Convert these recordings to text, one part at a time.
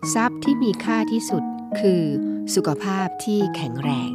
ทรัพย์ที่มีค่าที่สุดคือสุขภาพที่แข็งแรง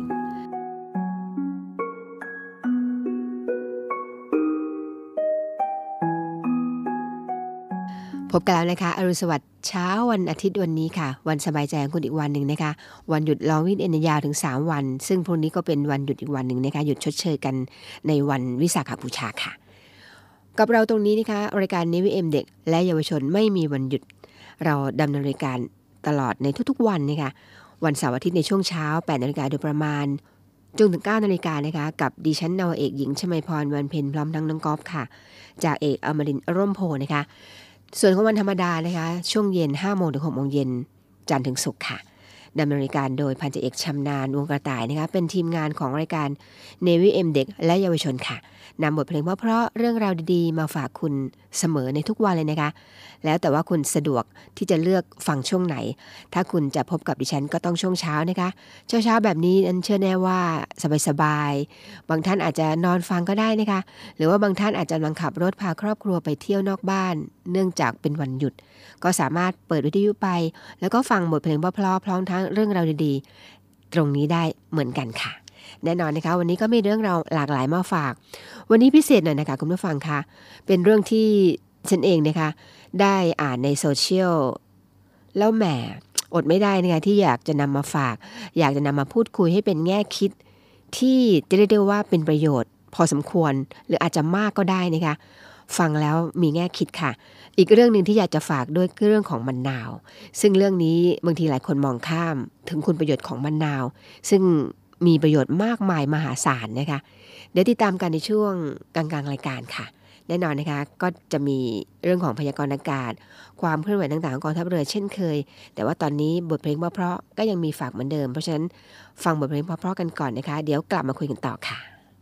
พบกันแล้วนะคะอรุณสวัสดิ์เช้าวันอาทิตย์วันนี้ค่ะวันสบายใจของคุณอีกวันหนึ่งนะคะวันหยุดลองวีคเอนยาวถึง3วันซึ่งพรุ่งนี้ก็เป็นวันหยุดอีกวันหนึ่งนะคะหยุดชดเชยกันในวันวิสาขบูชาค่ะกับเราตรงนี้นะคะรายการNVMเด็กและเยาวชนไม่มีวันหยุดเราดำเนินรายการตลอดในทุกๆวันนะคะวันเสาร์อาทิตย์ในช่วงเช้า 8:00 นโดยประมาณจนถึง 9:00 นนะคะกับดิฉันนาวเอกหญิงชมัยพรวันเพ็ญพร้อมทั้งน้องกอล์ฟค่ะจากเอกอมรินทร์ร่มโพนะคะส่วนของวันธรรมดานะคะช่วงเย็น 5 โมงถึง 6 โมงเย็นจันทร์ถึงศุกร์ค่ะดำเนินรายการโดยพันจ่าเอกชำนาญวงกระต่ายนะคะเป็นทีมงานของรายการ NVM เด็กและเยาวชนค่ะนำบทเพลงเพราะๆเรื่องราวดีๆมาฝากคุณเสมอในทุกวันเลยนะคะแล้วแต่ว่าคุณสะดวกที่จะเลือกฟังช่วงไหนถ้าคุณจะพบกับดิฉันก็ต้องช่วงเช้านะคะเช้าแบบนี้อันเชื่อแน่ว่าสบายๆบางท่านอาจจะนอนฟังก็ได้นะคะหรือว่าบางท่านอาจจะกำลังขับรถพาครอบครัวไปเที่ยวนอกบ้านเนื่องจากเป็นวันหยุดก็สามารถเปิดวิทยุไปแล้วก็ฟังบทเพลงเพราะๆพร้อมทั้งเรื่องราวดีๆตรงนี้ได้เหมือนกันค่ะแน่นอนนะคะวันนี้ก็มีเรื่องราวหลากหลายมาฝากวันนี้พิเศษหน่อยนะคะคุณผู้ฟังคะเป็นเรื่องที่ฉันเองนะคะได้อ่านในโซเชียลแล้วแหมอดไม่ได้นะคะที่อยากจะนำมาฝากอยากจะนำมาพูดคุยให้เป็นแง่คิดที่จะเรียกได้ว่าเป็นประโยชน์พอสมควรหรืออาจจะมากก็ได้นะคะฟังแล้วมีแง่คิดค่ะอีกเรื่องนึงที่อยากจะฝากด้วยคือเรื่องของมะนาวซึ่งเรื่องนี้บางทีหลายคนมองข้ามถึงคุณประโยชน์ของมะนาวซึ่งมีประโยชน์มากมายมหาศาลนะคะเดี๋ยวติดตามกันในช่วงกลางๆรายการค่ะแน่นอนนะคะก็จะมีเรื่องของพยากรณ์อากาศความเคลื่อนไหวต่างๆของกองทัพเรือเช่นเคยแต่ว่าตอนนี้บทเพลงเพราะๆก็ยังมีฝากเหมือนเดิมเพราะฉะนั้นฟังบทเพลงเพราะๆกันก่อนนะคะเดี๋ยวกลับมาคุยกันต่อค่ะ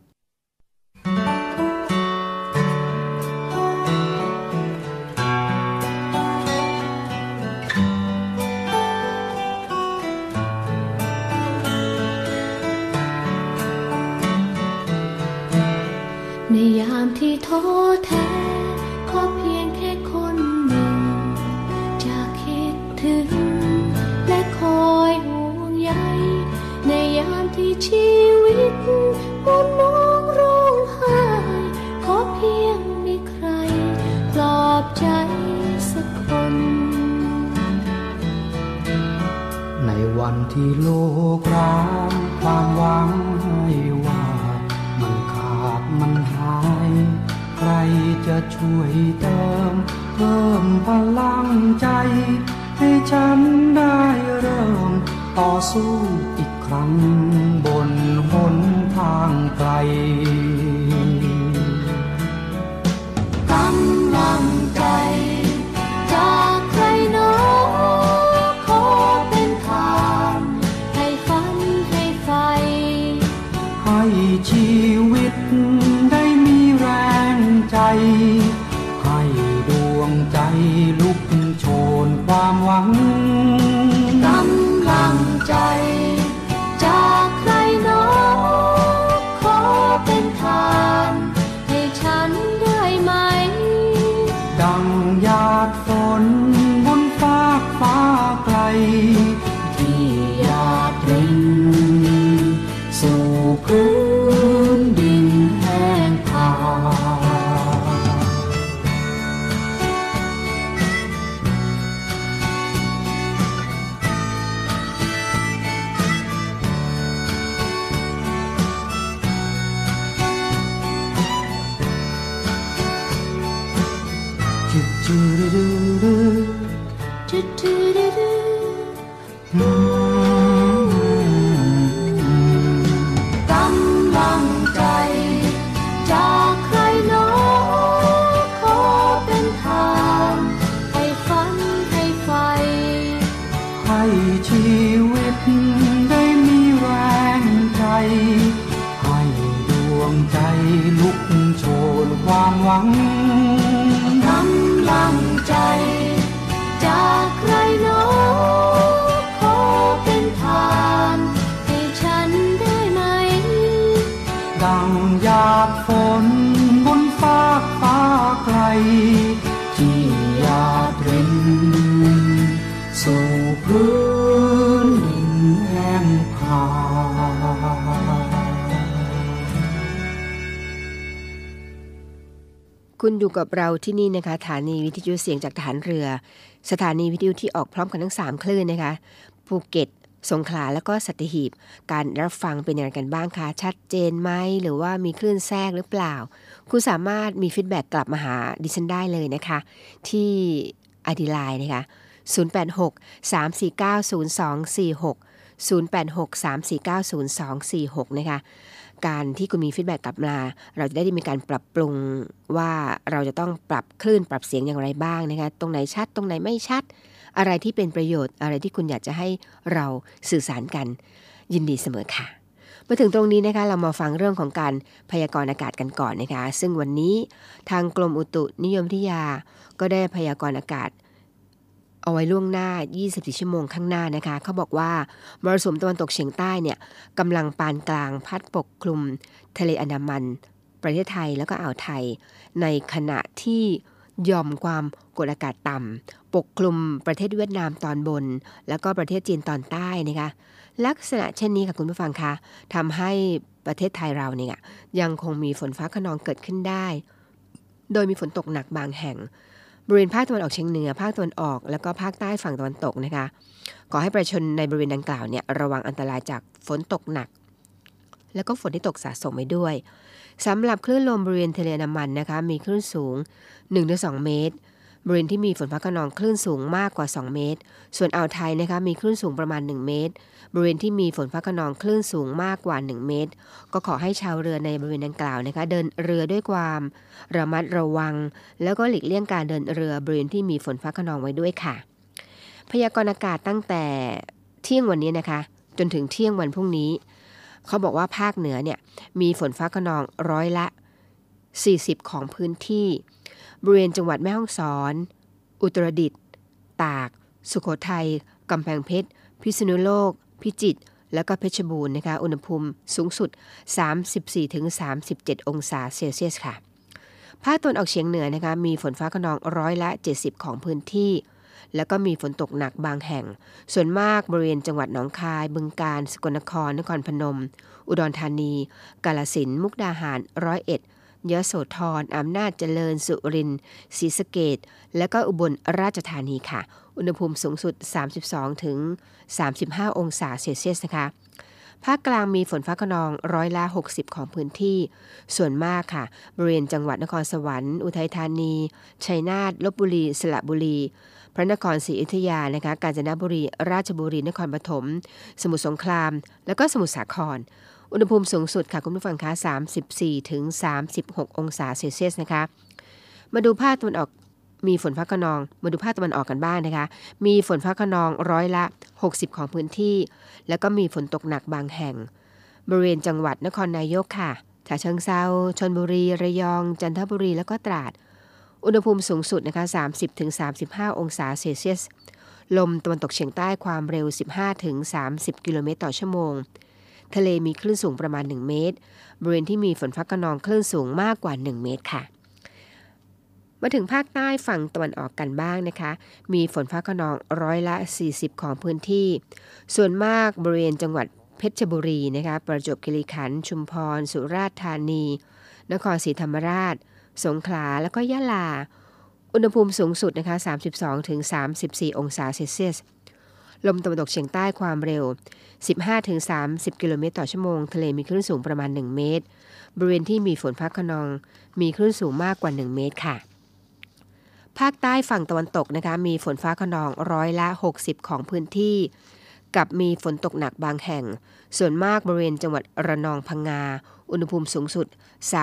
ในยามที่ท้อแท้ขอเพียงแค่คนหนึ่งจะคิดถึงและคอยห่วงใยในยามที่ชีวิตหมุนมองร้องไห้ขอเพียงมีใครปลอบใจสักคนในวันที่โลกร้างความหวังให้ว่ามันหายใครจะช่วยเติมเพิ่มพลังใจให้ฉันได้เริ่มต่อสู้อีกครั้งบนหนทางไกลกำลังใจจากใครหนอขอเป็นทางให้ฝันให้ไฟให้ชีวิตได้มีแรงใจให้ดวงใจลุกโชนความหวังกำลังใจจากใครหนอขอเป็นทางให้ฉันได้ไหมดังหยาดฝนบนฟากฟ้าไกลที่หยาดรินสู่พื้นดินแห้งผากความหวังกำลังใจจากใครหนอขอเป็นทางให้ฉันได้ไหมดังหยาดฝนบนฟากฟ้าไกลที่หยาดรินสู่พื้นดินแห้งผากคุณอยู่กับเราที่นี่นะคะสถานีวิทยุเสียงจากทหารเรือ สถานีวิทยุที่ออกพร้อมกันทั้ง3คลื่นนะคะภูเก็ตสงขลาแล้วก็สัตหีบการรับฟังเป็นอย่างไรกันบ้างคะชัดเจนไหมหรือว่ามีคลื่นแทรกหรือเปล่าคุณสามารถมีฟีดแบ็กกลับมาหาดิฉันได้เลยนะคะที่ID Lineนะคะ086 349 0246 086 349 0246นะคะการที่คุณมีฟีดแบ็กกลับมาเราจะได้มีการปรับปรุงว่าเราจะต้องปรับคลื่นปรับเสียงอย่างไรบ้างนะคะตรงไหนชัดตรงไหนไม่ชัดอะไรที่เป็นประโยชน์อะไรที่คุณอยากจะให้เราสื่อสารกันยินดีเสมอค่ะมาถึงตรงนี้นะคะเรามาฟังเรื่องของการพยากรณ์อากาศกันก่อนนะคะซึ่งวันนี้ทางกรมอุตุนิยมวิทยาก็ได้พยากรณ์อากาศเอาไว้ล่วงหน้า24ชั่วโมงข้างหน้านะคะเขาบอกว่ามรสุมตะวันตกเฉียงใต้เนี่ยกำลังปานกลางพัดปกคลุมทะเลอันดามันประเทศไทยแล้วก็อ่าวไทยในขณะที่หย่อมความกดอากาศต่ำปกคลุมประเทศเวียดนามตอนบนแล้วก็ประเทศจีนตอนใต้นะคะลักษณะเช่นนี้ค่ะคุณผู้ฟังคะทำให้ประเทศไทยเราเนี่ยยังคงมีฝนฟ้าคะนองเกิดขึ้นได้โดยมีฝนตกหนักบางแห่งบริเวณภาคตะวันออกเฉียงเหนือภาคตะวันออกแล้วก็ภาคใต้ฝั่งตะวันตกนะคะขอให้ประชาชนในบริเวณดังกล่าวเนี่ยระวังอันตรายจากฝนตกหนักแล้วก็ฝนที่ตกสะสมไว้ด้วยสำหรับคลื่นลมบริเวณทะเลอันดามันนะคะมีคลื่นสูง 1-2 เมตรบริเวณที่มีฝนฟ้าคะนองคลื่นสูงมากกว่า2เมตรส่วนอ่าวไทยนะคะมีคลื่นสูงประมาณ1เมตรบริเวณที่มีฝนฟ้าคะนองคลื่นสูงมากกว่า1เมตรก็ขอให้ชาวเรือในบริเวณดังกล่าวนะคะเดินเรือด้วยความระมัดระวังแล้วก็หลีกเลี่ยงการเดินเรือบริเวณที่มีฝนฟ้าคะนองไว้ด้วยค่ะพยากรณ์อากาศตั้งแต่เที่ยงวันนี้นะคะจนถึงเที่ยงวันพรุ่งนี้เขาบอกว่าภาคเหนือเนี่ยมีฝนฟ้าคะนองร้อยละ40ของพื้นที่บริเวณจังหวัดแม่ฮ่องสอนอุตรดิตถ์ตากสุโขทัยกำแพงเพชรพิษณุโลกพิจิตรแล้วก็เพชรบูรณ์นะคะอุณหภูมิสูงสุด 34-37 องศาเซลเซียสค่ะภาคตะวันออกเฉียงเหนือนะคะมีฝนฟ้าคะนองร้อยละ70ของพื้นที่แล้วก็มีฝนตกหนักบางแห่งส่วนมากบริเวณจังหวัดหนองคายบึงกาฬสกลนครนครพนมอุดรธานีกาฬสินธุ์มุกดาหาร101ยโสธรอำนาจเจริญสุรินทร์ศรีสะเกษและก็อุบลราชธานีค่ะอุณหภูมิสูงสุด 32-35 องศาเซลเซียสนะคะภาคกลางมีฝนฟ้าคะนองร้อยละ60ของพื้นที่ส่วนมากค่ะบริเวณจังหวัดนครสวรรค์อุทัยธานีชัยนาทลพบุรีสระบุรีพระนครศรีอยุธยานะคะกาญจนบุรีราชบุรีนครปฐมสมุทรสงครามแล้วก็สมุทรสาครอุณหภูมิสูงสุดค่ะคุณผู้ฟังคะ 34-36 องศาเซลเซียสนะคะมาดูภาคตะวันออกมีฝนฟ้าคะนองมาดูภาคตะวันออกกันบ้างนะคะมีฝนฟ้าคะนองร้อยละ60ของพื้นที่แล้วก็มีฝนตกหนักบางแห่งบริเวณจังหวัดนครนายกค่ะฉะเชิงเทราชลบุรีระยองจันทบุรีแล้วก็ตราดอุณหภูมิสูงสุดนะคะ 30-35 องศาเซลเซียสลมตะวันตกเฉียงใต้ความเร็ว 15-30 กิโลเมตรต่อชั่วโมงทะเลมีคลื่นสูงประมาณ1เมตรบริเวณที่มีฝนฟ้าคะนองคลื่นสูงมากกว่า1เมตรค่ะมาถึงภาคใต้ฝั่งตะวันออกกันบ้างนะคะมีฝนฟ้าคะนองร้อยละ40ของพื้นที่ส่วนมากบริเวณจังหวัดเพชรบุรีนะคะประจวบคีรีขันธ์ชุมพรสุราษฎร์ธานีนครศรีธรรมราชสงขลาแล้วก็ยะลาอุณหภูมิสูงสุดนะคะ 32-34 องศาเซลเซียสลมตะวันตกเฉียงใต้ความเร็ว 15-30 กิโลเมตรต่อชั่วโมงทะเลมีคลื่นสูงประมาณ1เมตรบริเวณที่มีฝนฟ้าคะนองมีคลื่นสูงมากกว่า1เมตรค่ะภาคใต้ฝั่งตะวันตกนะคะมีฝนฟ้าคะนองร้อยละ60ของพื้นที่กับมีฝนตกหนักบางแห่งส่วนมากบริเวณจังหวัดระนองพังงาอุณหภูมิสูงสุด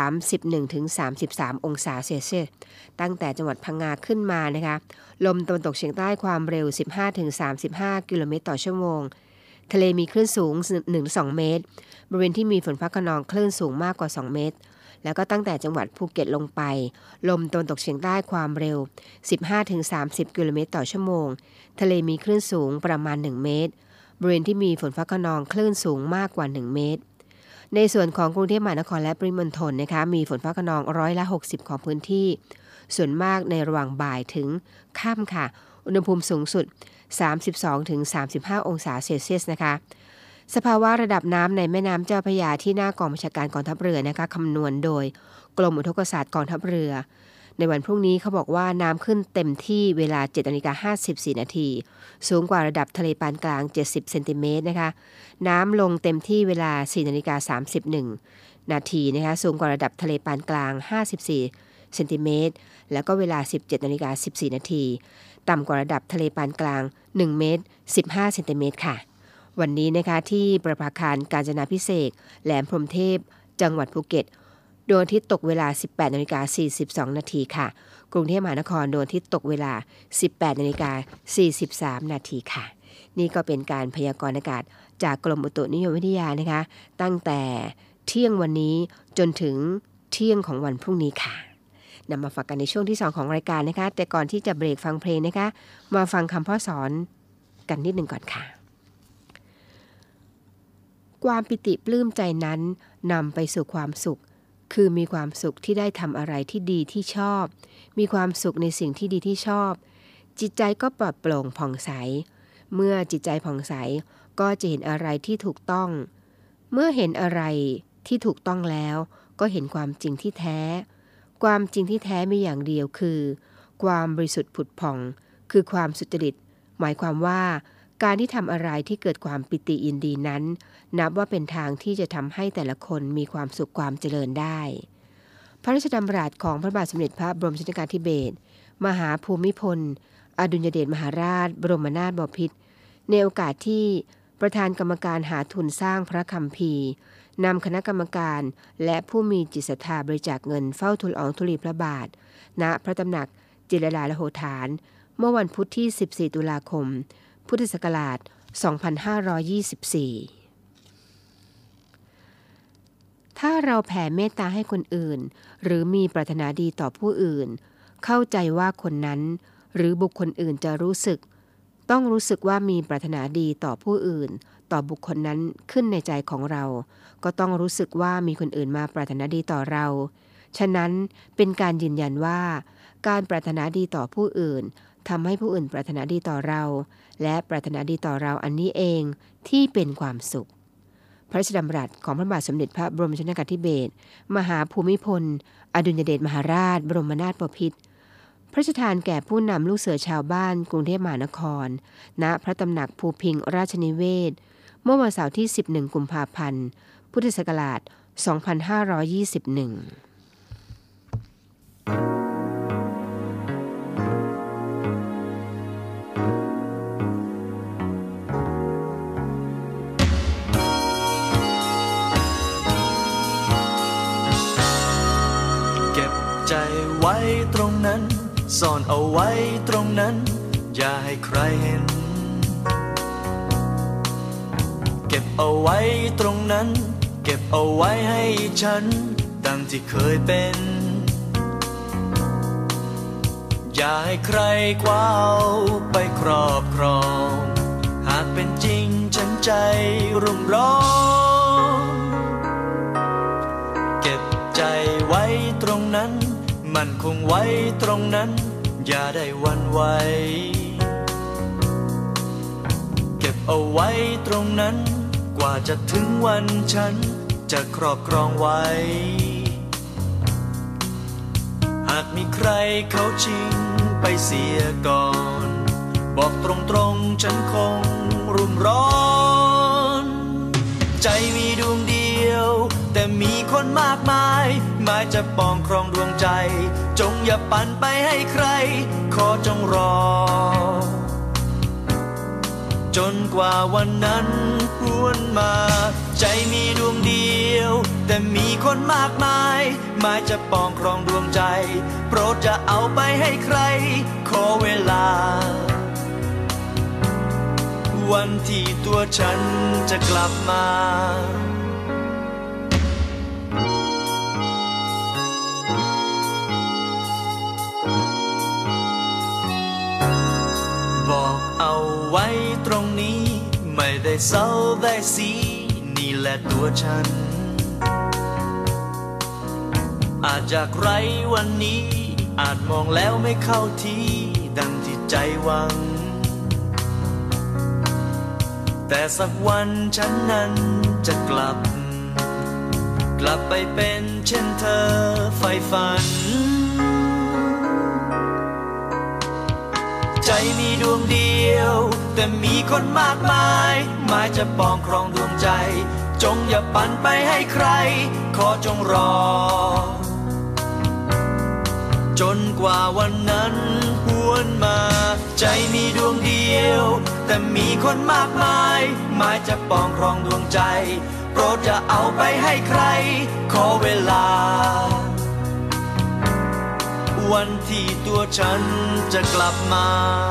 31-33 องศาเซลเซียสตั้งแต่จังหวัดพังงาขึ้นมานะคะลมตะวันตกเฉียงใต้ความเร็ว 15-35 กิโลเมตรต่อชั่วโมงทะเลมีคลื่นสูง 1-2 เมตรบริเวณที่มีฝนฟ้าคะนองคลื่นสูงมากกว่า2เมตรแล้วก็ตั้งแต่จังหวัดภูเก็ตลงไปลมตะวันตกเฉียงใต้ความเร็ว 15-30 กิโลเมตรต่อชั่วโมงทะเลมีคลื่นสูงประมาณ1เมตรบริเวณที่มีฝนฟ้าคะนองคลื่นสูงมากกว่า1เมตรในส่วนของกรุงเทพมหานครและปริมณฑลนะคะมีฝนฟ้าคะนองร้อยละ60ของพื้นที่ส่วนมากในระหว่างบ่ายถึงค่ำค่ะอุณหภูมิสูงสุด 32-35 องศาเซลเซียสนะคะสภาวะระดับน้ำในแม่น้ำเจ้าพระยาที่หน้ากองบัญชาการกองทัพเรือนะคะคำนวณโดยกรมอุทกศาสตร์กองทัพเรือในวันพรุ่งนี้เขาบอกว่าน้ำขึ้นเต็มที่เวลา 7:54 นาทีสูงกว่าระดับทะเลปานกลาง70เซนติเมตรนะคะน้ำลงเต็มที่เวลา 4:31 นาทีนะคะสูงกว่าระดับทะเลปานกลาง54เซนติเมตรแล้วก็เวลา 17:14 นาทีต่ำกว่าระดับทะเลปานกลาง1เมตร15เซนติเมตรค่ะวันนี้นะคะที่ประภาคารกาญจนาภิเษกแหลมพรหมเทพจังหวัดภูเก็ตดวงอาทิตย์ตกเวลา 18:42 นาทีค่ะกรุงเทพมหานครดวงอาทิตย์ตกเวลา 18:43 นาทีค่ะนี่ก็เป็นการพยากรณ์อากาศจากกรมอุตุนิยมวิทยานะคะตั้งแต่เที่ยงวันนี้จนถึงเที่ยงของวันพรุ่งนี้ค่ะนำมาฝากกันในช่วงที่2ของรายการนะคะแต่ก่อนที่จะเบรกฟังเพลงนะคะมาฟังคำพ่อสอนกันนิดหนึ่งก่อนค่ะความปิติปลื้มใจนั้นนำไปสู่ความสุขคือมีความสุขที่ได้ทำอะไรที่ดีที่ชอบมีความสุขในสิ่งที่ดีที่ชอบจิตใจก็ปลอดโปร่งผ่องใสเมื่อจิตใจผ่องใสก็จะเห็นอะไรที่ถูกต้องเมื่อเห็นอะไรที่ถูกต้องแล้วก็เห็นความจริงที่แท้ความจริงที่แท้มีอย่างเดียวคือความบริสุทธิ์ผุดผ่องคือความสุจริตหมายความว่าการที่ทำอะไรที่เกิดความปิติยินดีนั้นนับว่าเป็นทางที่จะทำให้แต่ละคนมีความสุขความเจริญได้พระราชดำรัสของพระบาทสมเด็จพระบรมชนกาธิเบศรมหาภูมิพลอดุลยเดชมหาราชบรมนาถบพิตรในโอกาสที่ประธานกรรมการหาทุนสร้างพระคัมภีร์นำคณะกรรมการและผู้มีจิตศรัทธาบริจาคเงินเฝ้าทูลละอองธุลีพระบาทณพระตำหนักจิรดาลโหฐานเมื่อวันพุธที่14ตุลาคมพุทธศักราช 2524 ถ้าเราแผ่เมตตาให้คนอื่นหรือมีปรารถนาดีต่อผู้อื่นเข้าใจว่าคนนั้นหรือบุคคลอื่นจะต้องรู้สึกว่ามีปรารถนาดีต่อผู้อื่นต่อบุคคลนั้นขึ้นในใจของเราก็ต้องรู้สึกว่ามีคนอื่นมาปรารถนาดีต่อเราฉะนั้นเป็นการยืนยันว่าการปรารถนาดีต่อผู้อื่นทำให้ผู้อื่นปรารถนาดีต่อเราและปรารถนาดีต่อเราอันนี้เองที่เป็นความสุขพระราชดำรัสของพระบาทสมเด็จพระบรมชนกาธิเบศรมหาภูมิพลอดุลยเดชมหาราชบรมนาถบพิตรพระราชทานแก่ผู้นำลูกเสือชาวบ้านกรุงเทพมหานครณพระตำหนักภูพิงค์ราชนิเวศน์เมื่อวันเสาร์ที่11กุมภาพันธ์พุทธศักราช 2521 ไว้ตรงนั้นซ่อนเอาไว้ตรงนั้นอย่าให้ใครเห็นเก็บเอาไว้ตรงนั้นเก็บเอาไว้ให้ฉันดังที่เคยเป็นอย่าให้ใครคว้าเอาไปครอบครองหากเป็นจริงฉันใจรุ่มร้อนเก็บใจไว้ตรงนั้นมันคงไว้ตรงนั้นอย่าได้หวั่นไหวเก็บเอาไว้ตรงนั้นกว่าจะถึงวันฉันจะครอบครองไว้หากมีใครเขาชิงไปเสียก่อนบอกตรงๆฉันคงรุ่มร้อนใจมีดวงเดียวแต่มีคนมากมายหมายจะปองครองดวงใจจงอย่าปั่นไปให้ใครขอจงรอจนกว่าวันนั้นหวนมาใจมีดวงเดียวแต่มีคนมากมายหมายจะปองครองดวงใจโปรดจะเอาไปให้ใครขอเวลาวันที่ตัวฉันจะกลับมาบอกเอาไว้ตรงนี้ไม่ได้เศร้าได้สีนี่แหละตัวฉันอาจจากไรวันนี้อาจมองแล้วไม่เข้าที่ดังที่ใจหวังแต่สักวันฉันนั้นจะกลับไปเป็นเช่นเธอใฝ่ฝันใจมีดวงเดียวแต่มีคนมากมายหมายจะปองครองดวงใจจงอย่าปั่นไปให้ใครขอจงรอจนกว่าวันนั้นหวนมาใจมีดวงเดียวแต่มีคนมากมายหมายจะปองครองดวงใจโปรดอย่าเอาไปให้ใครขอเวลาวันที่ตัวฉันจะกลับมา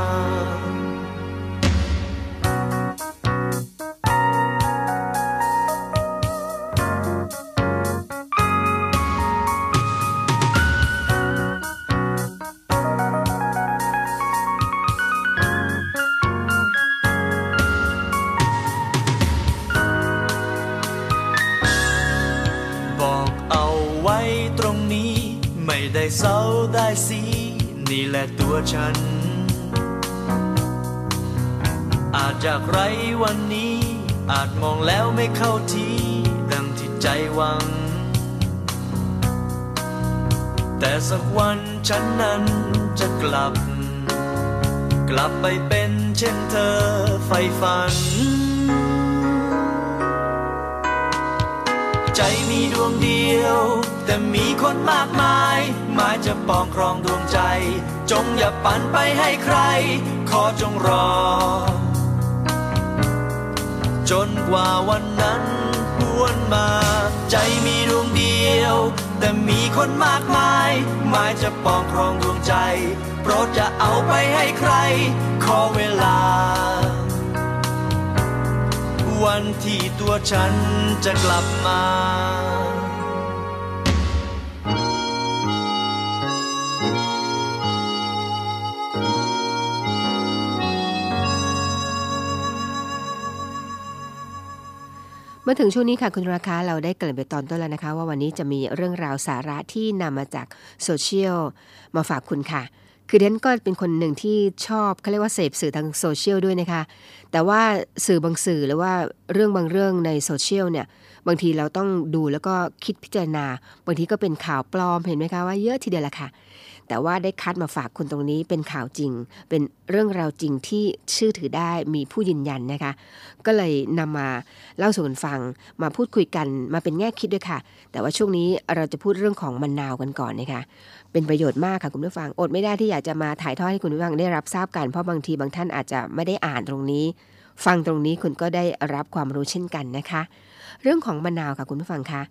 ไม่ได้เศร้าได้สีนี่แหละตัวฉันอาจจากไรวันนี้อาจมองแล้วไม่เข้าที่ดังที่ใจหวังแต่สักวันฉันนั้นจะกลับไปเป็นเช่นเธอใฝ่ฝันใจมีดวงเดียวแต่มีคนมากมายหมายจะปองครองดวงใจจงอย่าปั่นไปให้ใครขอจงรอจนกว่าวันนั้นหวนมาใจมีดวงเดียวแต่มีคนมากมายหมายจะปองครองดวงใจโปรดอย่าเอาไปให้ใครขอเวลาวันที่ตัวฉันจะกลับมาเมื่อถึงช่วงนี้ค่ะคุณราคาเราได้เกริ่นไปตอนต้นแล้วนะคะว่าวันนี้จะมีเรื่องราวสาระที่นำมาจากโซเชียลมาฝากคุณค่ะคือเดนก็เป็นคนหนึ่งที่ชอบเขาเรียกว่าเสพสื่อทางโซเชียลด้วยนะคะแต่ว่าสื่อบางสื่อหรือว่าเรื่องบางเรื่องในโซเชียลเนี่ยบางทีเราต้องดูแล้วก็คิดพิจารณาบางทีก็เป็นข่าวปลอมเห็นไหมคะว่าเยอะทีเดียวละค่ะแต่ว่าได้คัดมาฝากคุณตรงนี้เป็นข่าวจริงเป็นเรื่องราวจริงที่เชื่อถือได้มีผู้ยืนยันนะคะก็เลยนำมาเล่าสู่กันฟังมาพูดคุยกันมาเป็นแง่คิดด้วยค่ะแต่ว่าช่วงนี้เราจะพูดเรื่องของมะนาวกันก่อนนะคะเป็นประโยชน์มากค่ะคุณผู้ฟังอดไม่ได้ที่อยากจะมาถ่ายทอดให้คุณผู้ฟังได้รับทราบกันเพราะบางทีบางท่านอาจจะไม่ได้อ่านตรงนี้ฟังตรงนี้คุณก็ได้รับความรู้เช่นกันนะคะเรื่องของมะนาวค่ะคุณผู้ฟังคะ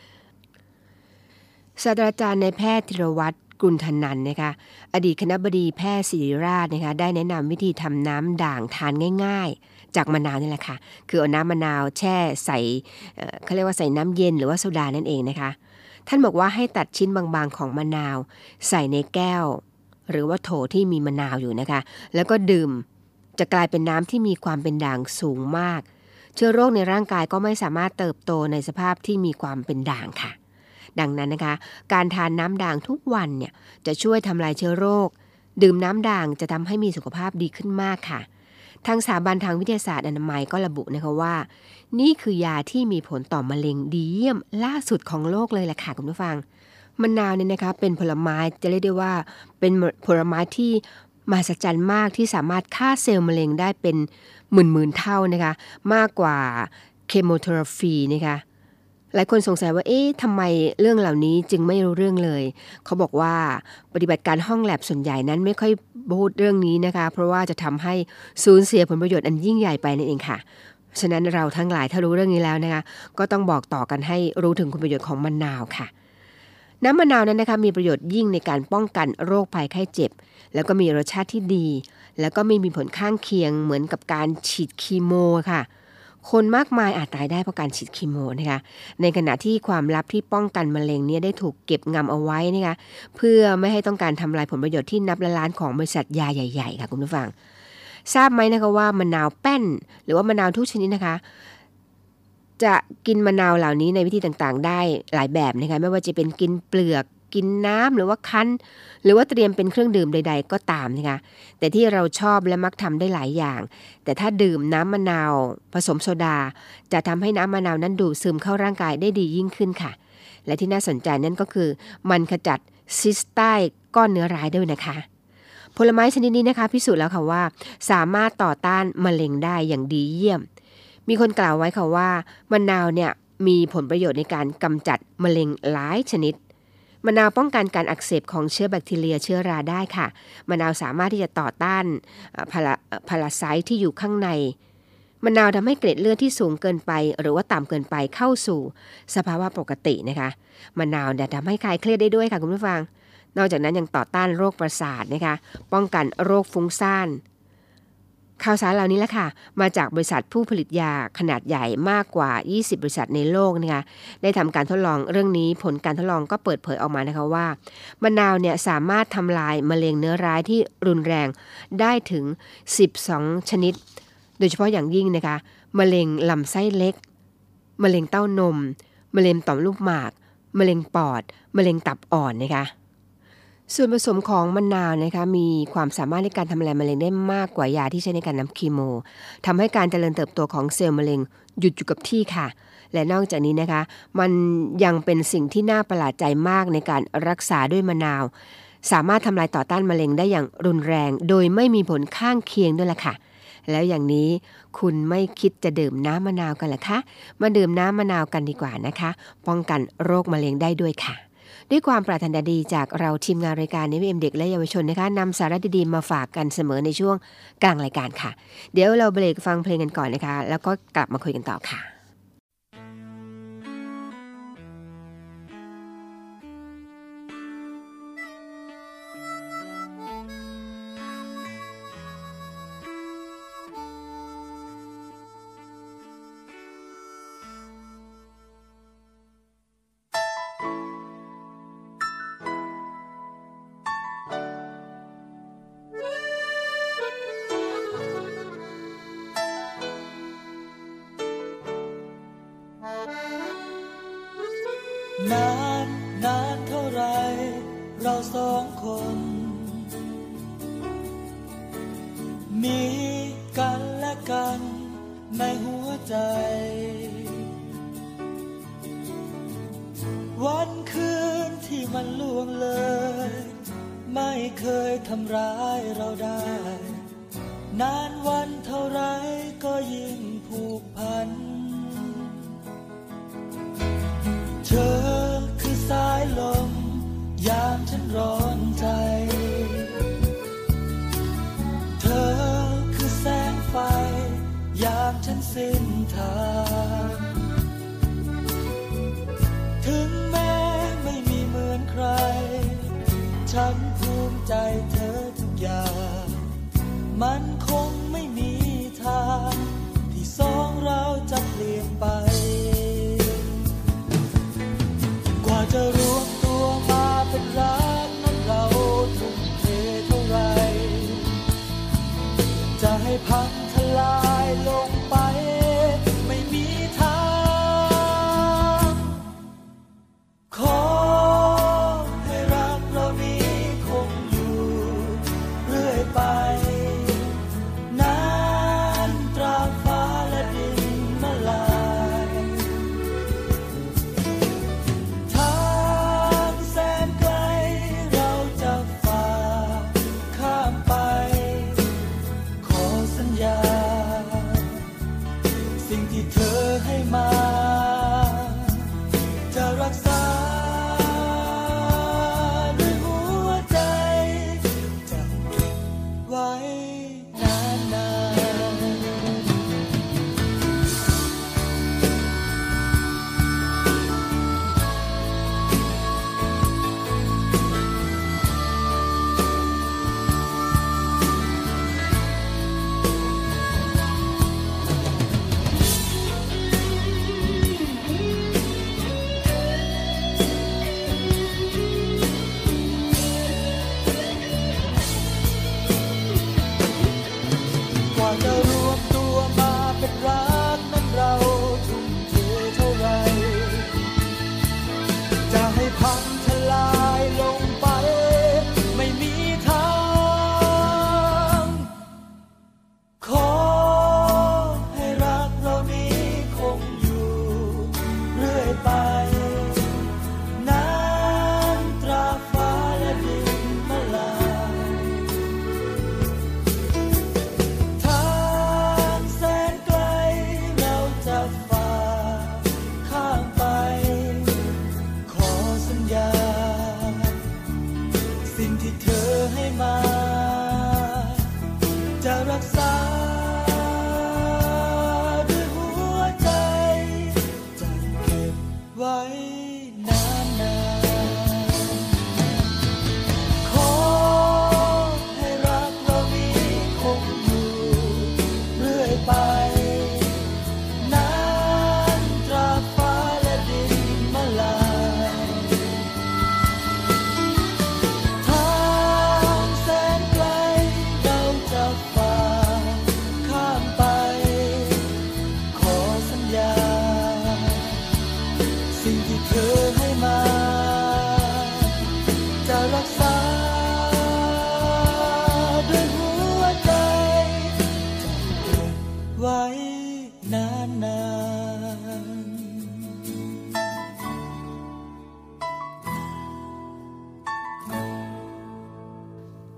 ศาสตราจารย์นายแพทย์ธีรวัฒน์กุลธนันท์นะคะอดีตคณบดีแพทย์ศิริราชนะคะได้แนะนำวิธีทำน้ำด่างทานง่ายๆจากมะนาวนี่แหละค่ะคือเอาน้ำมะนาวแช่ใส่เขาเรียกว่าใส่น้ำเย็นหรือว่าโซดานั่นเองนะคะท่านบอกว่าให้ตัดชิ้นบางๆของมะนาวใส่ในแก้วหรือว่าโถที่มีมะนาวอยู่นะคะแล้วก็ดื่มจะกลายเป็นน้ำที่มีความเป็นด่างสูงมากเชื้อโรคในร่างกายก็ไม่สามารถเติบโตในสภาพที่มีความเป็นด่างค่ะดังนั้นนะคะการทานน้ำด่างทุกวันเนี่ยจะช่วยทำลายเชื้อโรคดื่มน้ำด่างจะทำให้มีสุขภาพดีขึ้นมากค่ะทางสถาบันทางวิทยาศาสตร์อนามัยก็ระบุนะคะว่านี่คือยาที่มีผลต่อมะเร็งดีเยี่ยมล่าสุดของโลกเลยแหละค่ะคุณผู้ฟังมะนาวเนี่ยนะคะเป็นผลไม้จะเรียกได้ว่าเป็นผลไม้ที่มหัศจรรย์มากที่สามารถฆ่าเซลล์มะเร็งได้เป็นหมื่นๆเท่านะคะมากกว่าเคมีเทอราปีนะคะหลายคนสงสัยว่าทำไมเรื่องเหล่านี้จึงไม่รู้เรื่องเลยเขาบอกว่าปฏิบัติการห้องแลบส่วนใหญ่นั้นไม่ค่อยพูดเรื่องนี้นะคะเพราะว่าจะทำให้สูญเสียผลประโยชน์อันยิ่งใหญ่ไปนั่นเองค่ะฉะนั้นเราทั้งหลายถ้ารู้เรื่องนี้แล้วนะคะก็ต้องบอกต่อกันให้รู้ถึงคุณประโยชน์ของมะนาวค่ะน้ำมะนาวนั้นนะคะมีประโยชน์ยิ่งในการป้องกันโรคภัยไข้เจ็บแล้วก็มีรสชาติที่ดีแล้วก็ไม่มีผลข้างเคียงเหมือนกับการฉีดคีโมค่ะคนมากมายอาจตายได้เพราะการฉีดคีโมนะคะในขณะที่ความลับที่ป้องกันมะเร็งเนี่ยได้ถูกเก็บงำเอาไว้นะคะเพื่อไม่ให้ต้องการทำลายผลประโยชน์ที่นับล้านของบริษัทยาใหญ่ๆค่ะคุณผู้ฟังทราบไหมนะคะว่ามะนาวแป้นหรือว่ามะนาวทุกชนิดนะคะจะกินมะนาวเหล่านี้ในวิธีต่างๆได้หลายแบบนะคะไม่ว่าจะเป็นกินเปลือกกินน้ำหรือว่าคั้นหรือว่าเตรียมเป็นเครื่องดื่มใดๆก็ตามนะคะแต่ที่เราชอบและมักทำได้หลายอย่างแต่ถ้าดื่มน้ำมะนาวผสมโซดาจะทำให้น้ำมะนาวนั้นดูดซึมเข้าร่างกายได้ดียิ่งขึ้นค่ะและที่น่าสนใจนั่นก็คือมันขจัดซิสต์ใต้ก้อนเนื้อร้ายด้วยนะคะผลไม้ชนิดนี้นะคะพิสูจน์แล้วค่ะว่าสามารถต่อต้านมะเร็งได้อย่างดีเยี่ยมมีคนกล่าวไว้ค่ะว่ามะนาวเนี่ยมีผลประโยชน์ในการกำจัดมะเร็งหลายชนิดมะนาวป้องกันการอักเสบของเชื้อแบคทีเรียเชื้อราได้ค่ะมะนาวสามารถที่จะต่อต้านพาราไซต์ที่อยู่ข้างในมะนาวทำให้เกล็ดเลือดที่สูงเกินไปหรือว่าต่ำเกินไปเข้าสู่สภาวะปกตินะคะมะนาวทำให้คลายเครียดได้ด้วยค่ะคุณผู้ฟังนอกจากนั้นยังต่อต้านโรคประสาทนะคะป้องกันโรคฟุ้งซ่านข่าวสารเหล่านี้แหละค่ะมาจากบริษัทผู้ผลิตยาขนาดใหญ่มากกว่า20บริษัทในโลกนะคะได้ทำการทดลองเรื่องนี้ผลการทดลองก็เปิดเผยออกมานะคะว่ามะนาวเนี่ยสามารถทำลายมะเร็งเนื้อร้ายที่รุนแรงได้ถึง12ชนิดโดยเฉพาะอย่างยิ่งนะคะมะเร็งลำไส้เล็กมะเร็งเต้านมมะเร็งต่อมลูกหมากมะเร็งปอดมะเร็งตับอ่อนนะคะส่วนผสมของมะนาวนะคะมีความสามารถในการทำลายมะเร็งได้มากกว่ายาที่ใช้ในการนำคีโมทำให้การเจริญเติบโตของเซลล์มะเร็งหยุดอยู่กับที่ค่ะและนอกจากนี้นะคะมันยังเป็นสิ่งที่น่าประหลาดใจมากในการรักษาด้วยมะนาวสามารถทำลายต่อต้านมะเร็งได้อย่างรุนแรงโดยไม่มีผลข้างเคียงด้วยล่ะค่ะแล้วอย่างนี้คุณไม่คิดจะดื่มน้ำมะนาวกันเหรอคะมาดื่มน้ำมะนาวกันดีกว่านะคะป้องกันโรคมะเร็งได้ด้วยค่ะด้วยความปรารถนาดีจากเราทีมงานรายการ FM เด็กและเยาวชนนะคะนำสาระดีๆมาฝากกันเสมอในช่วงกลางรายการค่ะเดี๋ยวเราเบรกฟังเพลงกันก่อนนะคะแล้วก็กลับมาคุยกันต่อค่ะนานนานเท่าไรเราสองคนมีกันและกันในหัวใจวันคืนที่มันล่วงเลยไม่เคยทำร้ายเราได้นานวันเท่าไรก็ยิ่งผูกพันเธอคือสายลมยามฉันร้อนใจเธอคือแสงไฟยามฉันสิ้นทางถึงแม้ไม่มีเหมือนใครฉันภูมิใจเธอทุกอย่างมันคงไม่มีทางที่สองเราจะเปลี่ยนไปกว่าจะรวมตัวมาเป็นรักนั้นเราทุ่มเทเท่าไรจะให้พังทลายลงไปไม่มีทางขอให้รักเรานี้คงอยู่เรื่อยไป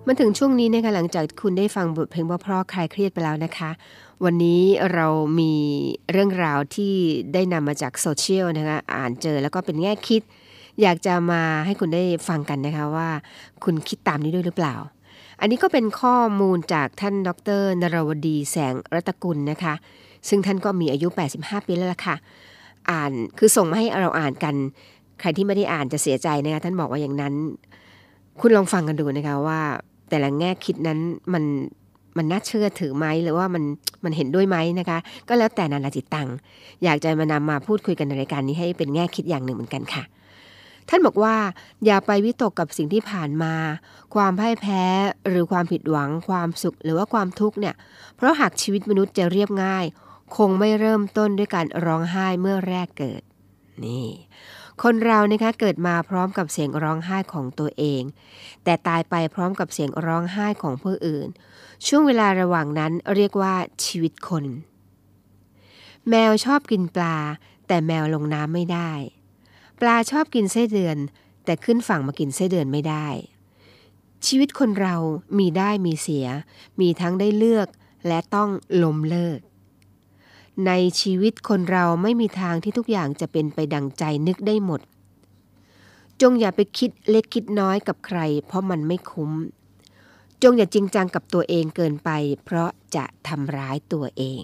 มาถึงช่วงนี้นะคะหลังจากคุณได้ฟังบทเพลงเพราะๆคลายเครียดไปแล้วนะคะวันนี้เรามีเรื่องราวที่ได้นำมาจากโซเชียลนะคะอ่านเจอแล้วก็เป็นแง่คิดอยากจะมาให้คุณได้ฟังกันนะคะว่าคุณคิดตามนี้ด้วยหรือเปล่าอันนี้ก็เป็นข้อมูลจากท่านดร.นรวดีแสงรัตกุลนะคะซึ่งท่านก็มีอายุ85ปีแล้วล่ะค่ะอ่านคือส่งมาให้เราอ่านกันใครที่ไม่ได้อ่านจะเสียใจนะคะท่านบอกว่าอย่างนั้นคุณลองฟังกันดูนะคะว่าแต่ละแง่คิดนั้นมันน่าเชื่อถือไหมหรือว่ามันเห็นด้วยไหมนะคะก็แล้วแต่นานาจิตตังอยากจะมานำมาพูดคุยกันในรายการนี้ให้เป็นแง่คิดอย่างหนึ่งเหมือนกันค่ะท่านบอกว่าอย่าไปวิตกกับสิ่งที่ผ่านมาความพ่ายแพ้หรือความผิดหวังความสุขหรือว่าความทุกข์เนี่ยเพราะหากชีวิตมนุษย์จะเรียบง่ายคงไม่เริ่มต้นด้วยการร้องไห้เมื่อแรกเกิดนี่คนเรานะคะเกิดมาพร้อมกับเสียงร้องไห้ของตัวเองแต่ตายไปพร้อมกับเสียงร้องไห้ของผู้อื่นช่วงเวลาระหว่างนั้นเรียกว่าชีวิตคนแมวชอบกินปลาแต่แมวลงน้ำไม่ได้ปลาชอบกินไส้เดือนแต่ขึ้นฝั่งมากินไส้เดือนไม่ได้ชีวิตคนเรามีได้มีเสียมีทั้งได้เลือกและต้องล้มเลิกในชีวิตคนเราไม่มีทางที่ทุกอย่างจะเป็นไปดังใจนึกได้หมดจงอย่าไปคิดเล็กคิดน้อยกับใครเพราะมันไม่คุ้มจงอย่าจริงจังกับตัวเองเกินไปเพราะจะทำร้ายตัวเอง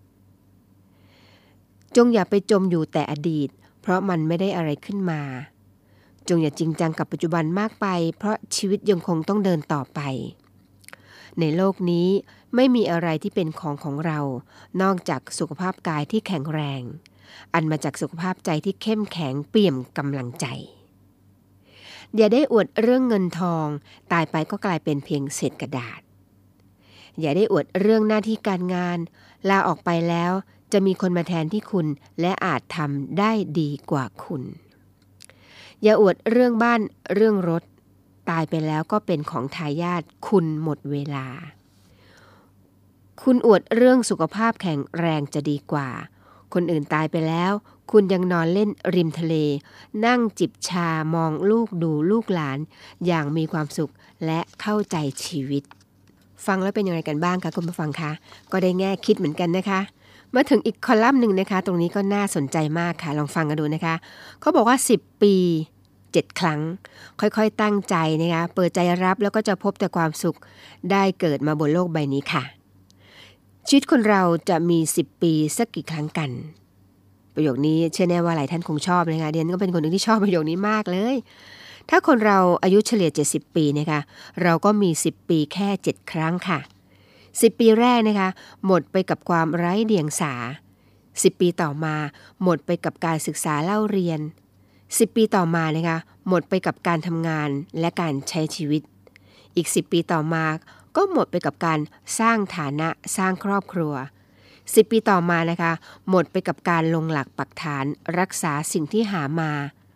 จงอย่าไปจมอยู่แต่อดีตเพราะมันไม่ได้อะไรขึ้นมาจงอย่าจริงจังกับปัจจุบันมากไปเพราะชีวิตยังคงต้องเดินต่อไปในโลกนี้ไม่มีอะไรที่เป็นของเรานอกจากสุขภาพกายที่แข็งแรงอันมาจากสุขภาพใจที่เข้มแข็งเปี่ยมกำลังใจอย่าได้อวดเรื่องเงินทองตายไปก็กลายเป็นเพียงเศษกระดาษอย่าได้อวดเรื่องหน้าที่การงานลาออกไปแล้วจะมีคนมาแทนที่คุณและอาจทำได้ดีกว่าคุณอย่าอวดเรื่องบ้านเรื่องรถตายไปแล้วก็เป็นของทายาทคุณหมดเวลาคุณอวดเรื่องสุขภาพแข็งแรงจะดีกว่าคนอื่นตายไปแล้วคุณยังนอนเล่นริมทะเลนั่งจิบชามองลูกดูลูกหลานอย่างมีความสุขและเข้าใจชีวิตฟังแล้วเป็นยังไงกันบ้างคะคุณผู้ฟังคะก็ได้แง่คิดเหมือนกันนะคะมาถึงอีกคอลัมน์หนึ่งนะคะตรงนี้ก็น่าสนใจมากค่ะลองฟังกันดูนะคะเขาบอกว่า10 ปี7 ครั้งค่อยๆตั้งใจนะคะเปิดใจรับแล้วก็จะพบแต่ความสุขได้เกิดมาบนโลกใบนี้ค่ะชีวิตคนเราจะมี10 ปีสักกี่ครั้งกันประโยคนี้เชื่อแน่ว่าหลายท่านคงชอบนะคะเดียนก็เป็นคนหนึ่งที่ชอบประโยคนี้มากเลยถ้าคนเราอายุเฉลี่ย70 ปีนะคะเราก็มี10 ปีแค่7 ครั้งค่ะ10 ปีแรกนะคะหมดไปกับความไร้เดียงสา10 ปีต่อมาหมดไปกับการศึกษาเล่าเรียน10 ปีต่อมานะคะหมดไปกับการทำงานและการใช้ชีวิตอีก10 ปีต่อมาก็หมดไปกับการสร้างฐานะสร้างครอบครัว10 ปีต่อมานะคะหมดไปกับการลงหลักปักฐานรักษาสิ่งที่หามา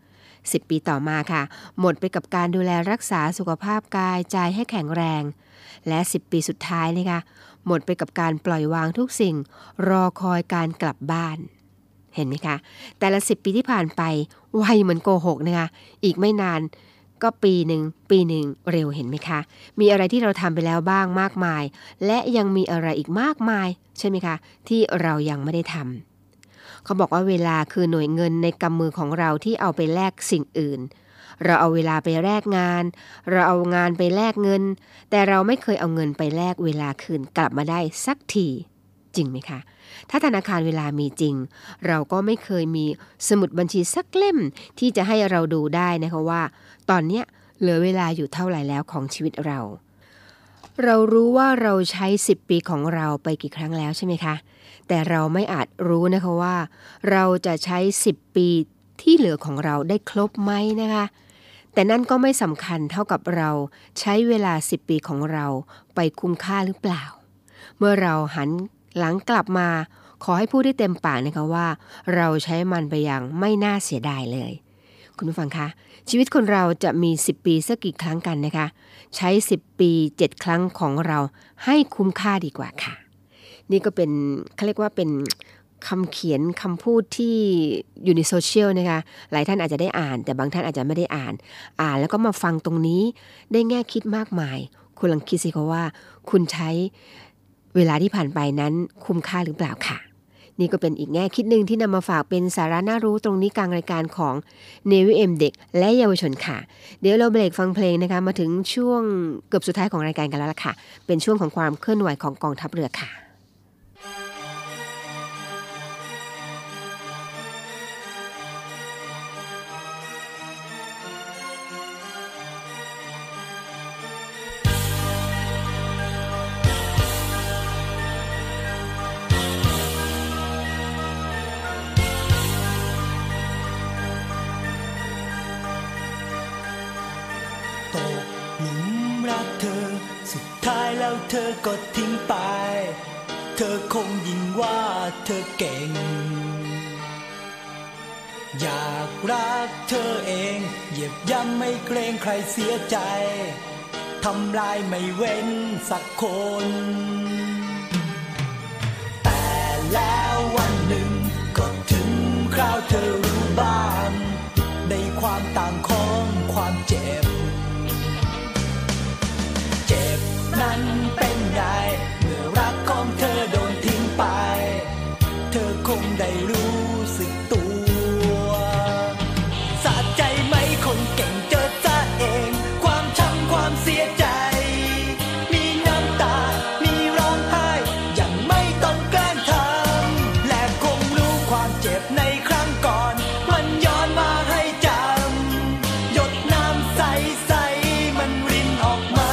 10 ปีต่อมาค่ะหมดไปกับการดูแลรักษาสุขภาพกายใจให้แข็งแรงและ10 ปีสุดท้ายนะคะหมดไปกับการปล่อยวางทุกสิ่งรอคอยการกลับบ้านเห็นไหมคะแต่ละ10 ปีที่ผ่านไปไวเหมือนโกหกนะคะอีกไม่นานก็ปีหนึ่งเร็วเห็นไหมคะมีอะไรที่เราทำไปแล้วบ้างมากมายและยังมีอะไรอีกมากมายใช่ไหมคะที่เรายังไม่ได้ทำเขาบอกว่าเวลาคือหน่วยเงินในกำมือของเราที่เอาไปแลกสิ่งอื่นเราเอาเวลาไปแลกงานเราเอางานไปแลกเงินแต่เราไม่เคยเอาเงินไปแลกเวลาคืนกลับมาได้สักทีจริงไหมคะถ้าธนาคารเวลามีจริงเราก็ไม่เคยมีสมุดบัญชีสักเล่มที่จะให้เราดูได้นะคะว่าตอนเนี้ยเหลือเวลาอยู่เท่าไหร่แล้วของชีวิตเรารู้ว่าเราใช้10 ปีของเราไปกี่ครั้งแล้วใช่ไหมคะแต่เราไม่อาจรู้นะคะว่าเราจะใช้10 ปีที่เหลือของเราได้ครบไหมนะคะแต่นั่นก็ไม่สำคัญเท่ากับเราใช้เวลา10 ปีของเราไปคุ้มค่าหรือเปล่าเมื่อเราหันหลังกลับมาขอให้พูดได้เต็มปากนะคะว่าเราใช้มันไปอย่างไม่น่าเสียดายเลยคุณผู้ฟังคะชีวิตคนเราจะมี10 ปีสักกี่ครั้งกันนะคะใช้10 ปี7 ครั้งของเราให้คุ้มค่าดีกว่าค่ะนี่ก็เป็นเขาเรียกว่าเป็นคำเขียนคำพูดที่อยู่ในโซเชียลนะคะหลายท่านอาจจะได้อ่านแต่บางท่านอาจจะไม่ได้อ่านแล้วก็มาฟังตรงนี้ได้แง่คิดมากมายคุณลองคิดสิคะว่าคุณใช้เวลาที่ผ่านไปนั้นคุ้มค่าหรือเปล่าค่ะนี่ก็เป็นอีกแง่คิดหนึ่งที่นำมาฝากเป็นสาระน่ารู้ตรงนี้กลางรายการของ NavyM เด็กและเยาวชนค่ะเดี๋ยวเราเบรกฟังเพลงนะคะมาถึงช่วงเกือบสุดท้ายของรายการกันแล้วล่ะค่ะเป็นช่วงของความเคลื่อนไหวของกองทัพเรือค่ะสุดท้ายแล้วเธอก็ทิ้งไปเธอคงยิ่งว่าเธอเก่งอยากรักเธอเองเหยียบย่ำไม่เกรงใครเสียใจทำลายไม่เว้นสักคนแต่แล้ววันหนึ่งก็ถึงคราวเธอรู้บ้างในความต่างของความเจ็บนั้นเป็นไงเมื่อรักของเธอโดนทิ้งไปเธอคงได้รู้สึกตัวสะใจไหมคนเก่งเจอซะเองความช้ำความเสียใจมีน้ำตามีร้องไห้ยังไม่ต้องแกล้งทำและคงรู้ความเจ็บในครั้งก่อนมันย้อนมาให้จำหยดน้ำใสๆมันรินออกมา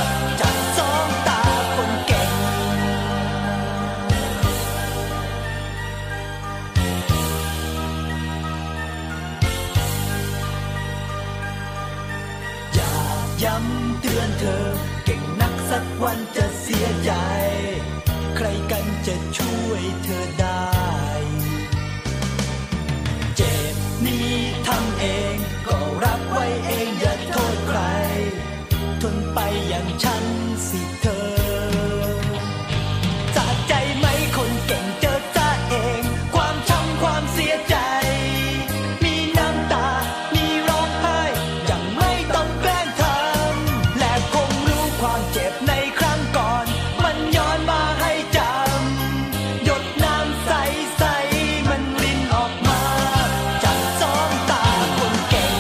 ย้ำเตือนเธอเก่งนักสักวันจะเสียใจใครกันจะช่วยเธอได้เจ็บนี้ทำเองก็รับไว้เองอย่าโทษใครทนไปอย่างฉันสิเธอสะใจไหมคนเก่งเจอซะเองความช้ำความเสียใจมีน้ำตามีร้องไห้ยังไม่ต้องแกล้งความเจ็บในครั้งก่อนมันย้อนมาให้จำหยดน้ำใสๆมันรินออกมาจากสองตาคนเก่ง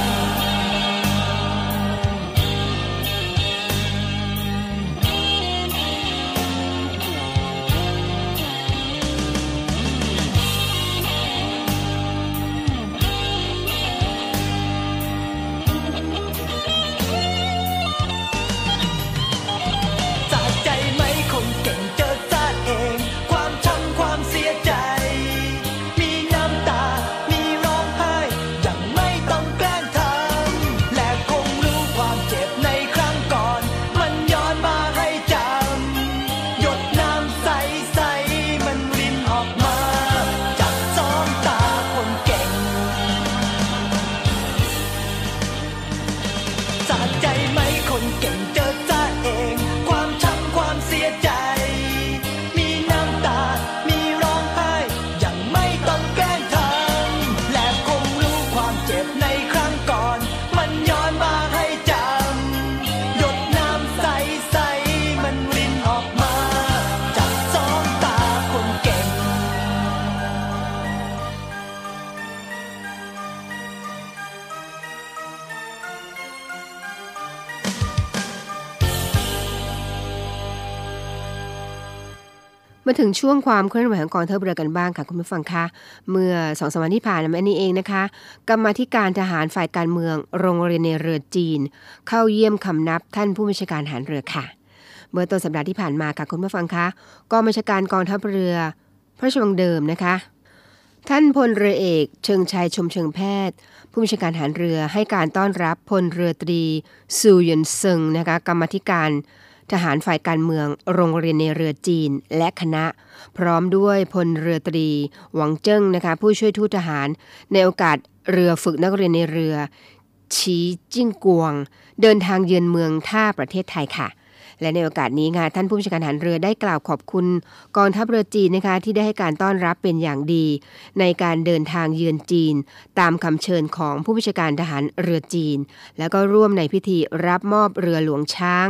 มาถึงช่วงความเคลื่อนไหวของกองทัพเรือกันบ้างค่ะคุณผู้ฟังคะเมื่อ 2-3 วันที่ผ่านมานี้เองนะคะกรรมาธิการทหารฝ่ายการเมืองโรงเรียนในเรือจีนเข้าเยี่ยมคำนับท่านผู้บัญชาการทหารเรือค่ะเมื่อต้นสัปดาห์ที่ผ่านมาค่ะคุณผู้ฟังคะกองบัญชาการกองทัพเรือพระราชวังเดิมนะคะท่านพลเรือเอกเชิงชัยชมเชิงแพทย์ผู้บัญชาการทหารเรือให้การต้อนรับพลเรือตรีซูหยวนเซิงนะคะกรรมาธิการทหารฝ่ายการเมืองโรงเรียนในเรือจีนและคณะพร้อมด้วยพลเรือตรีหวังเจิ้งนะคะผู้ช่วยทูตทหารในโอกาสเรือฝึกนักเรียนในเรือฉีจิ้งกวงเดินทางเยือนเมืองท่าประเทศไทยค่ะและในโอกาสนี้ค่ะท่านผู้บัญชาการทหารเรือได้กล่าวขอบคุณกองทัพเรือจีนนะคะที่ได้ให้การต้อนรับเป็นอย่างดีในการเดินทางเยือนจีนตามคำเชิญของผู้บัญชาการทหารเรือจีนแล้วก็ร่วมในพิธีรับมอบเรือหลวงช้าง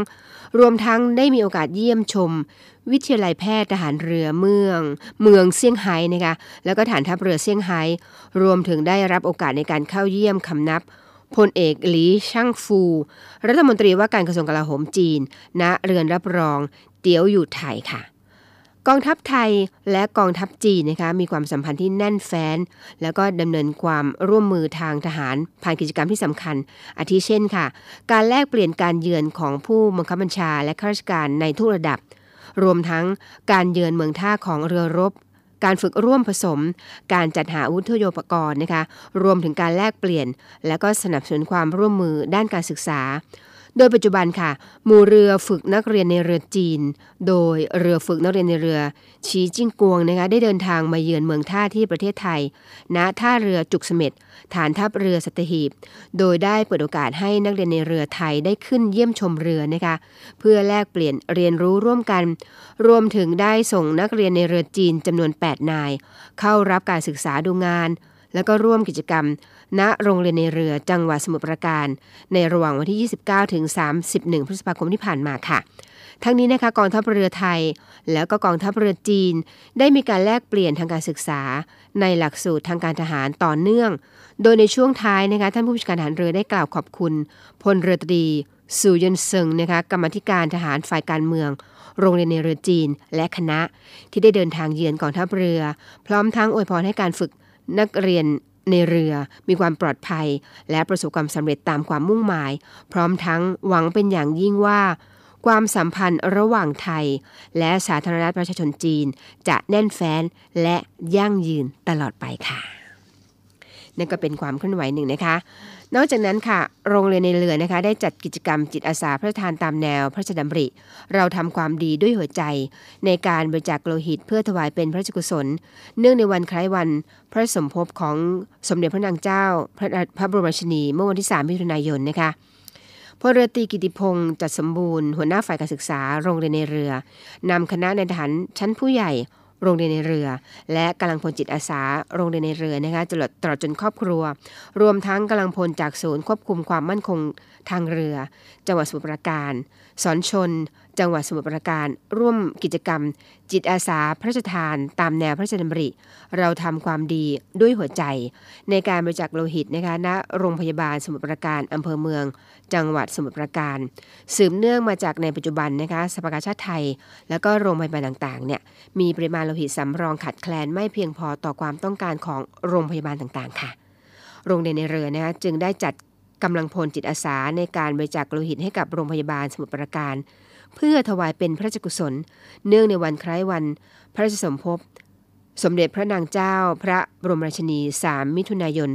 รวมทั้งได้มีโอกาสเยี่ยมชมวิทยาลัยแพทย์ทหารเรือเมืองเซี่ยงไฮ้นะคะแล้วก็ฐานทัพเรือเซี่ยงไฮ้รวมถึงได้รับโอกาสในการเข้าเยี่ยมคำนับพลเอกหลีช่างฟูรัฐมนตรีว่าการกระทรวงกลาโหมจีนณเรือนรับรองเตี๋ยวอยู่ไทยค่ะกองทัพไทยและกองทัพจีนนะคะมีความสัมพันธ์ที่แน่นแฟ้นแล้วก็ดำเนินความร่วมมือทางทหารผ่านกิจกรรมที่สำคัญอาทิเช่นค่ะการแลกเปลี่ยนการเยือนของผู้บังคับบัญชาและข้าราชการในทุกระดับรวมทั้งการเยือนเมืองท่าของเรือรบการฝึกร่วมผสมการจัดหาอาวุธโยปกรณ์นะคะรวมถึงการแลกเปลี่ยนและก็สนับสนุนความร่วมมือด้านการศึกษาโดยปัจจุบันค่ะหมู่เรือฝึกนักเรียนในเรือจีนโดยเรือฝึกนักเรียนในเรือชีจิ้งกวงนะคะได้เดินทางมาเยือนเมืองท่าที่ประเทศไทยณท่าเรือจุกเสม็ดฐานทัพเรือสัตหีบโดยได้เปิดโอกาสให้นักเรียนในเรือไทยได้ขึ้นเยี่ยมชมเรือนะคะเพื่อแลกเปลี่ยนเรียนรู้ร่วมกันรวมถึงได้ส่งนักเรียนในเรือจีนจำนวน8นายเข้ารับการศึกษาดูงานแล้วก็ร่วมกิจกรรมณโรงเรียนในเรือจังหวัดสมุทรปราการในระหว่างวันที่29ถึง31พฤษภาคมที่ผ่านมาค่ะทั้งนี้นะคะกองทัพเรือไทยแล้วก็กองทัพเรือจีนได้มีการแลกเปลี่ยนทางการศึกษาในหลักสูตรทางการทหารต่อเนื่องโดยในช่วงท้ายนะคะท่านผู้บัญชาการทหารเรือได้กล่าวขอบคุณพลเรือตรีซูยนเซิงนะคะกรรมาธิการทหารฝ่ายการเมืองโรงเรียนในเรือจีนและคณะที่ได้เดินทางเยือนกองทัพเรือพร้อมทั้งอวยพรให้การฝึกนักเรียนในเรือมีความปลอดภัยและประสบความสำเร็จตามความมุ่งหมายพร้อมทั้งหวังเป็นอย่างยิ่งว่าความสัมพันธ์ระหว่างไทยและสาธารณรัฐประชาชนจีนจะแน่นแฟ้นและยั่งยืนตลอดไปค่ะนั่นก็เป็นความเคลื่อนไหวหนึ่งนะคะนอกจากนั้นค่ะโรงเรียนในเรือนะคะได้จัดกิจกรรมจิตอาสาพระราชทานตามแนวพระราชดำริเราทำความดีด้วยหัวใจในการบริจาคโลหิตเพื่อถวายเป็นพระราชกุศลเนื่องในวันคล้ายวันพระสมภพของสมเด็จพระนางเจ้าพระบรมราชินีเมื่อวันที่3มิถุนายนนะคะพลเรือตรีกิติพงษ์จัดสมบูรณ์หัวหน้าฝ่ายการศึกษาโรงเรียนในเรือนำคณะนายทหารชั้นผู้ใหญ่โรงเรียนในเรือและกำลังพลจิตอาสาโรงเรียนในเรือนะคะตลอดจนครอบครัวรวมทั้งกำลังพลจากศูนย์ควบคุมความมั่นคงทางเรือจังหวัดสมุทรปราการสอนชนจังหวัดสมุทรปราการร่วมกิจกรรมจิตอาสาพระราชทานตามแนวพระราชดำริเราทำความดีด้วยหัวใจในการบริจาคโลหิตนะคะณโรงพยาบาลสมุทรปราการอำเภอเมืองจังหวัดสมุทรปราการสืบเนื่องมาจากในปัจจุบันนะคะสภากาชาติไทยแล้วก็โรงพยาบาลต่างๆเนี่ยมีปริมาณโลหิตสำรองขาดแคลนไม่เพียงพอต่อความต้องการของโรงพยาบาลต่างๆค่ะโรงเรียนในเรือนะคะจึงได้จัดกำลังพลจิตอาสาในการบริจาคโลหิตให้กับโรงพยาบาลสมุทรปราการเพื่อถวายเป็นพระราชกุศลเนื่องในวันคล้ายวันพระราชสมภพสมเด็จพระนางเจ้าพระบรมราชินี3มิถุนายน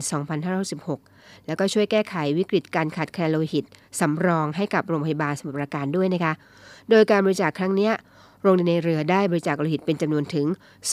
2516แล้วก็ช่วยแก้ไขวิกฤตการขาดแคลนโลหิตสำรองให้กับโรงพยาบาลสมุทรปราการด้วยนะคะโดยการบริจาคครั้งนี้โรงเรียนในเรือได้บริจาคโลหิตเป็นจำนวนถึง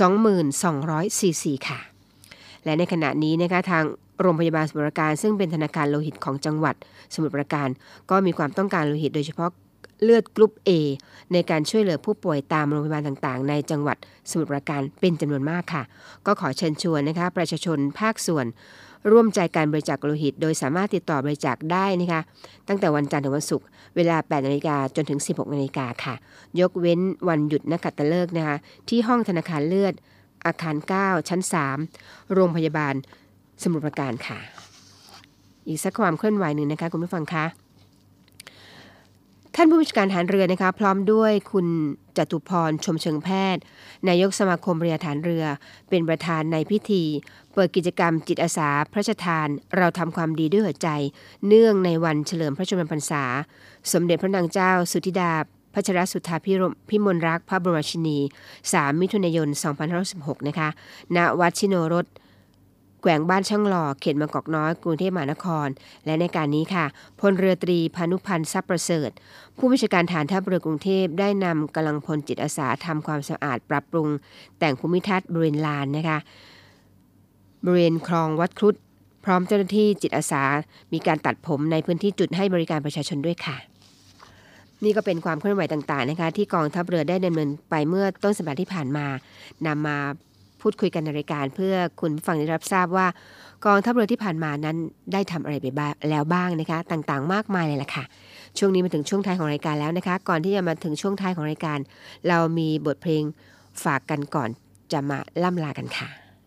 22,200 ซีซีค่ะและในขณะนี้นะคะทางโรงพยาบาลสมุทรปราการซึ่งเป็นธนาคารโลหิตของจังหวัดสมุทรปราการก็มีความต้องการโลหิตโดยเฉพาะเลือดกรุ๊ป A ในการช่วยเหลือผู้ป่วยตามโรงพยาบาลต่างๆในจังหวัดสมุทรปราการเป็นจำนวนมากค่ะก็ขอเชิญชวนนะคะประชาชนภาคส่วนร่วมใจการบริจาคโลหิตโดยสามารถติดต่อบริจาคได้นะคะตั้งแต่วันจันทร์ถึงวันศุกร์เวลา 8 นาฬิกาจนถึง 16 นาฬิกาค่ะยกเว้นวันหยุดนักขัตฤกษ์นะคะที่ห้องธนาคารเลือดอาคาร 9 ชั้น 3 โรงพยาบาลสมุทรปราการค่ะอีกสักความเคลื่อนไหวหนึ่งนะคะคุณผู้ฟังคะท่านผู้บัญชาการทหารเรือนะคะพร้อมด้วยคุณจตุพรชมเชิงแพทย์นายกสมาคมเรือทหารเรือเป็นประธานในพิธีเปิดกิจกรรมจิตอาสาพระราชทานเราทำความดีด้วยหัวใจเนื่องในวันเฉลิมพระชนมพรรษาสมเด็จพระนางเจ้าสุธิดาพัชรสุทธาพิมลรักษ์พระบรมราชินี3มิถุนายน2516นะคะณวัดชิโนรสแขวงบ้านช่างหล่อเขตบางกอกน้อยกรุงเทพมหานครและในการนี้ค่ะพลเรือตรีพานุพันธ์ทรัพย์ประเสริฐผู้บัญชาการฐานทัพเรือกรุงเทพได้นำกำลังพลจิตอาสาทำความสะอาดปรับปรุงแต่งภูมิทัศน์บริเวณลานนะคะบริเวณคลองวัดครุฑพร้อมเจ้าหน้าที่จิตอาสามีการตัดผมในพื้นที่จุดให้บริการประชาชนด้วยค่ะนี่ก็เป็นความเคลื่อนไหวต่างๆนะคะที่กองทัพเรือได้ดำเนินไปเมื่อต้นสัปดาห์ที่ผ่านมานำมาพูดคุยกันในรายการเพื่อคุณผู้ฟังได้รับทราบว่ากองทัพเรือที่ผ่านมานั้นได้ทำอะไรไปบ้างแล้วบ้างนะคะต่างๆมากมายเลยล่ะค่ะช่วงนี้มาถึงช่วงท้ายของรายการแล้วนะคะก่อนที่จะมาถึงช่วงท้ายของรายการเรามีบทเพลงฝากกันก่อนจะมาล่ำลากันค่ะ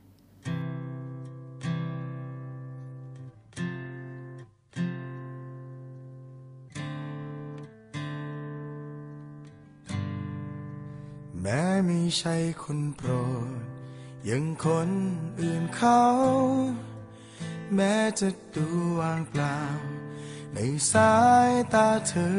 แม้ไม่ใช่คนโปรดยังคนอื่นเขาแม้จะดูว่างเปล่าในสายตาเธอ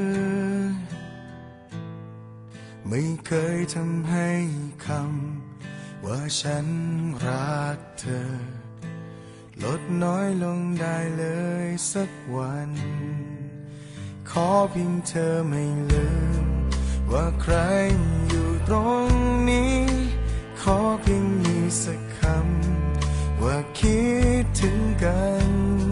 ไม่เคยทำให้คำว่าฉันรักเธอลดน้อยลงได้เลยสักวันขอเพียงเธอไม่ลืมว่าใครอยู่ตรงนี้ขอเพียงมีสักคำว่าคิดถึงกัน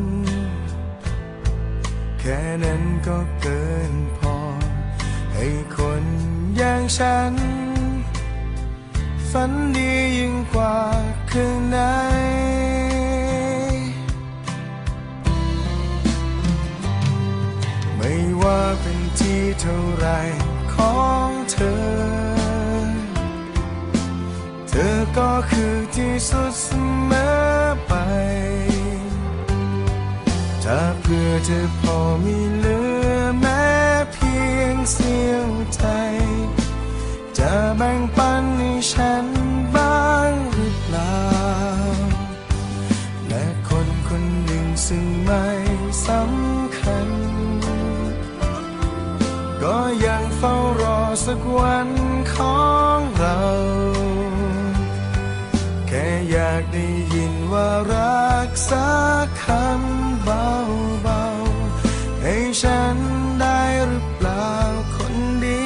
แค่นั้นก็เกินพอให้คนอย่างฉันฝันดียิ่งกว่าคืนไหนไม่ว่าเป็นที่เท่าไรของเธอเธอก็คือที่สุดเสมอไปถ้าเพื่อเธอพอมีเหลือแม้เพียงเสี้ยวใจจะแบ่งปันให้ฉันบ้างหรือเปล่าและคนคนหนึ่งซึ่งไม่สำคัญก็ยังเฝ้ารอสักวันของเราแค่อยากได้ยินว่ารักสักคำเบาๆให้ฉันได้หรือเปล่าคนดี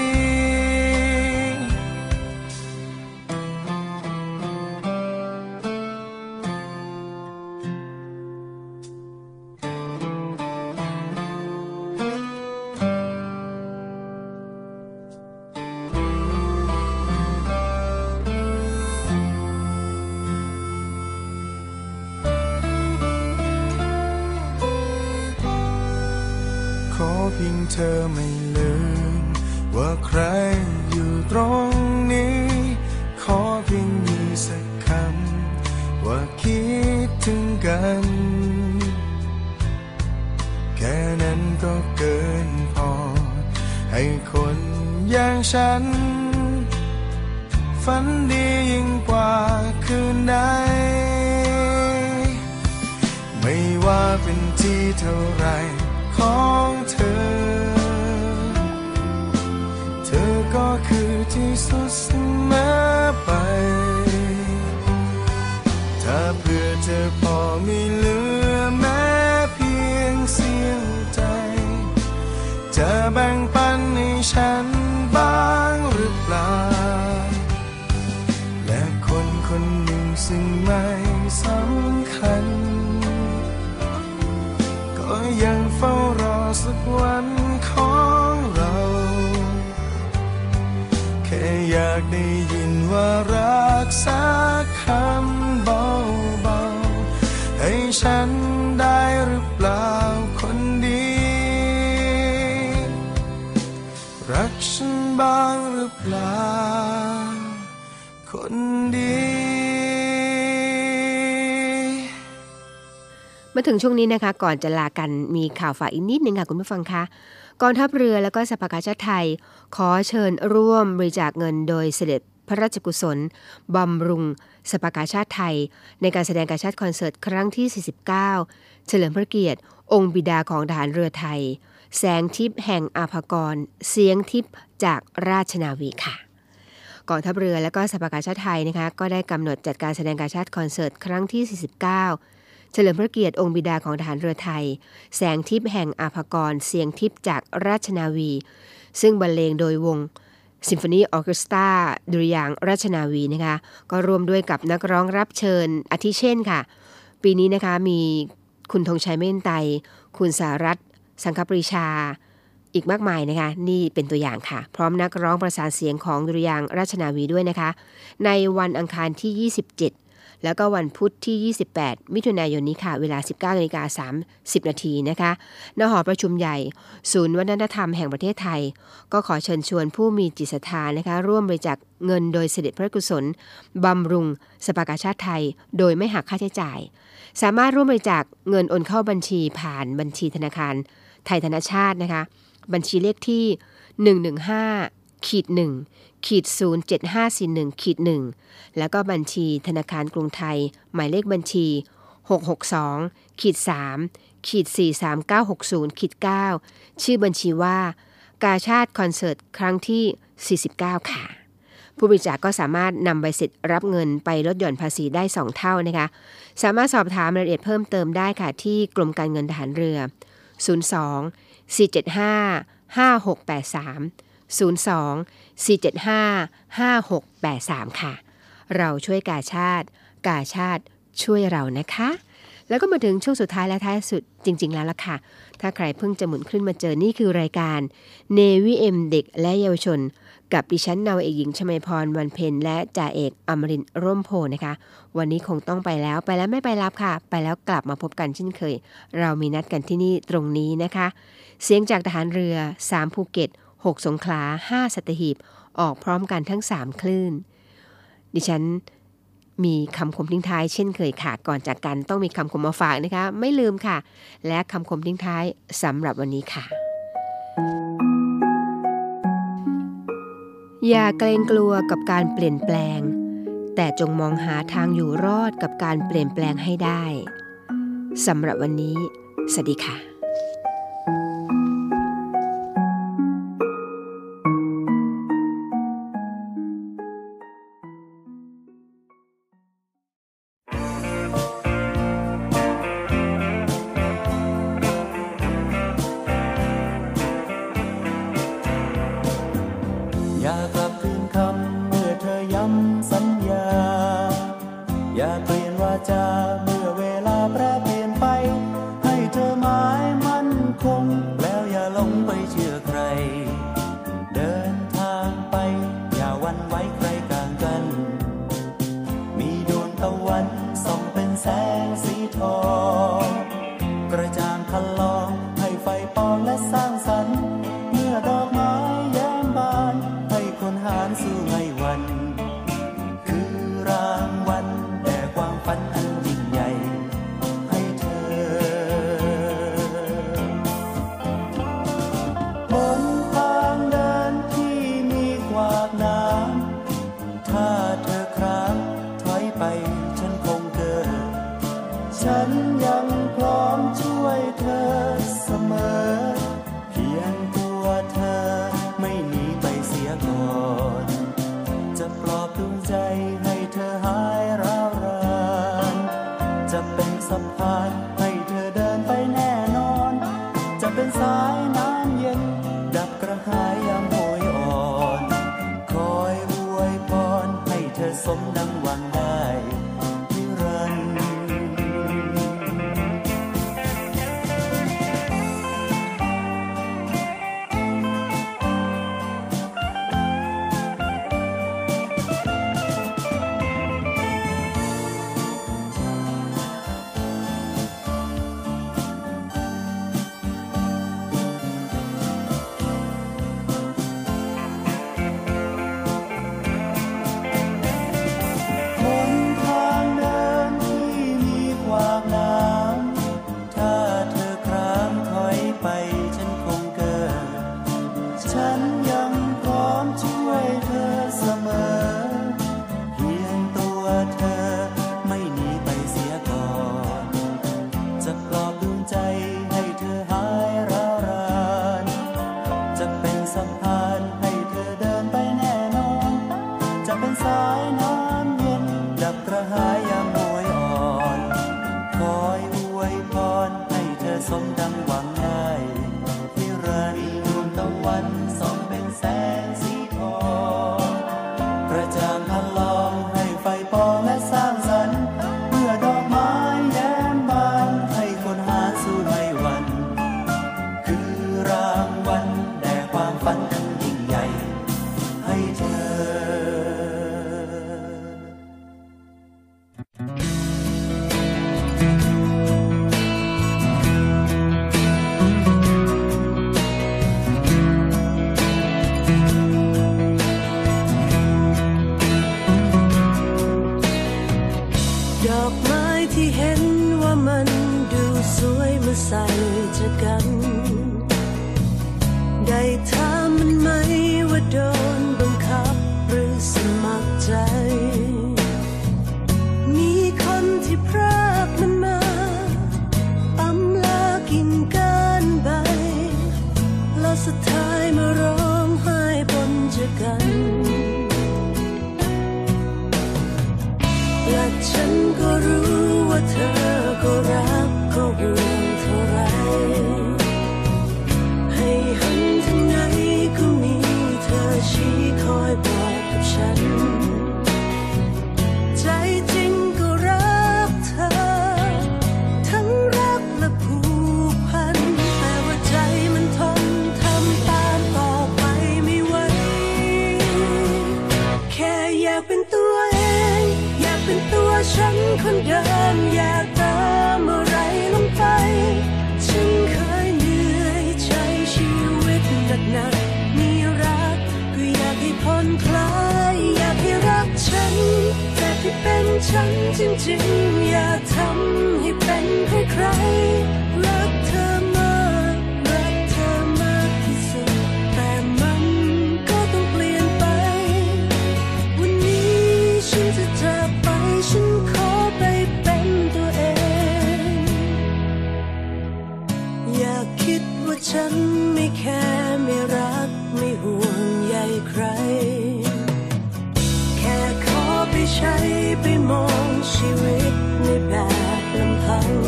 เพียงเธอไม่ลืมว่าใครอยู่ตรงนี้ขอเพียงมีสักคำว่าคิดถึงกันแค่นั้นก็เกินพอให้คนอย่างฉันฝันดียิ่งกว่าคืนใดไม่ว่าเป็นที่เท่าไรของเธอเธอก็คือที่สุดเสมอไปถ้าเพื่อเธอพอมีเหลือแม้เพียงเสี้ยวใจจะแบ่งปันให้ฉันบ้างหรือเปล่าและคนคนหนึ่งซึ่งไม่สำคัญก็ยังเฝ้ารอสักวันของเราแค่อยากได้ยินว่ารักสักคำเบาๆให้ฉันได้หรือเปล่าคนดีรักฉันบ้างหรือเปล่าคนดีมาถึงช่วงนี้นะคะก่อนจะลากันมีข่าวฝากอีกนิดนึงค่ะคุณผู้ฟังคะกองทัพเรือและก็สภากาชาดไทยขอเชิญร่วมบริจาคเงินโดยเสด็จพระราชกุศลบำรุงสภากาชาดไทยในการแสดงกาชาดคอนเสิร์ตครั้งที่49เฉลิมพระเกียรติองค์บิดาของทหารเรือไทยแสงทิพย์แห่งอาภากรเสียงทิพย์จากราชนาวีค่ะกองทัพเรือและก็สภากาชาดไทยนะคะก็ได้กำหนดจัดการแสดงกาชาดคอนเสิร์ตครั้งที่49เฉลิมพระเกียรติองค์บิดาของทหารเรือไทยแสงทิพย์แห่งอาภากรเสียงทิพย์จากราชนาวีซึ่งบรรเลงโดยวงซิมโฟนีออร์เคสตราดุริยางค์ราชนาวีนะคะก็รวมด้วยกับนักร้องรับเชิญอาทิเช่นค่ะปีนี้นะคะมีคุณธงชัยเม่นไตคุณสารัตน์สังคปรีชาอีกมากมายนะคะนี่เป็นตัวอย่างค่ะพร้อมนักร้องประสานเสียงของดุริยางค์ราชนาวีด้วยนะคะในวันอังคารที่27 แล้วก็วันพุธที่28มิถุนายนนี้ค่ะเวลา 19:30 น.นะคะณหอประชุมใหญ่ศูนย์วัฒนธรรมแห่งประเทศไทยก็ขอเชิญชวนผู้มีจิตศรัทธานะคะร่วมบริจาคเงินโดยเสด็จพระกุศลบำรุงสภากาชาติไทยโดยไม่หักค่าใช้จ่ายสามารถร่วมบริจาคเงินโอนเข้าบัญชีผ่านบัญชีธนาคารไทยธนชาตินะคะบัญชีเลขที่115-1-07541-1แล้วก็บัญชีธนาคารกรุงไทยหมายเลขบัญชี662-3-43960-9ชื่อบัญชีว่ากาชาติคอนเสิร์ตครั้งที่49ค่ะผู้บริจาคก็สามารถนำใบเสร็จรับเงินไปลดหย่อนภาษีได้2เท่านะคะสามารถสอบถามรายละเอียดเพิ่มเติมได้ค่ะที่กรมการเงินทหารเรือ02-475-5683 02-475-5683 ค่ะเราช่วยกาชาติช่วยเรานะคะแล้วก็มาถึงช่วงสุดท้ายและท้ายสุดจริงๆแล้วล่ะค่ะถ้าใครเพิ่งจะหมุนขึ้นมาเจอนี่คือรายการ Navy M เด็กและเยาวชนกับดิฉันนาวเอกหญิงชมาพรวันเพ็ญและจ่าเอกอมรินทร์ร่มโพนะคะวันนี้คงต้องไปแล้วไม่ไปรับค่ะไปแล้วกลับมาพบกันเช่นเคยเรามีนัดกันที่นี่ตรงนี้นะคะเสียงจากทหารเรือ3ภูเก็ต6สงขลา5สัตหีบออกพร้อมกันทั้ง3คลื่นดิฉันมีคำคมทิ้งท้ายเช่นเคยค่ะก่อนจากกันต้องมีคำคมมาฝากนะคะไม่ลืมค่ะและคำคมทิ้งท้ายสำหรับวันนี้ค่ะอย่าเกรงกลัวกับการเปลี่ยนแปลงแต่จงมองหาทางอยู่รอดกับการเปลี่ยนแปลงให้ได้สำหรับวันนี้สวัสดีค่ะใส่จะกันได้ถามมันไหมว่าโดนบังคับหรือสมัครใจมีคนที่พรากมันมาอำลากินกันไปแล้วสุดท้ายมาร้องไห้บนจะกันและฉันก็รู้ว่าเธอก็รักก็ห่วงเท่าไรให้หันทางไหนก็มีเธอชี้คอยบอกกับฉันใจจริงก็รักเธอทั้งรักและผูกพันแต่ว่าใจมันทนทำตามต่อไปไม่ไหวแค่อยากเป็นตัวเองอยากเป็นตัวฉันคนเดิมอยากเติมอะไรลงไปฉันเคยเหนื่อยใช้ชีวิตหนักๆมีรักก็อยากให้ผ่อนคลายอยากให้รักฉันแต่ที่เป็นฉันจริงๆอย่าทำให้เป็นให้ใครรักเธอมากรักเธอมากที่สุดแต่มันก็ต้องเปลี่ยนไปวันนี้ฉันจะจากไปฉันขอไปเป็นตัวเองอย่าคิดว่าฉันไม่แคร์ไม่รักไม่ห่วงใยใครแค่ขอไปใช้ไปมองชีวิตในแบบลำพัง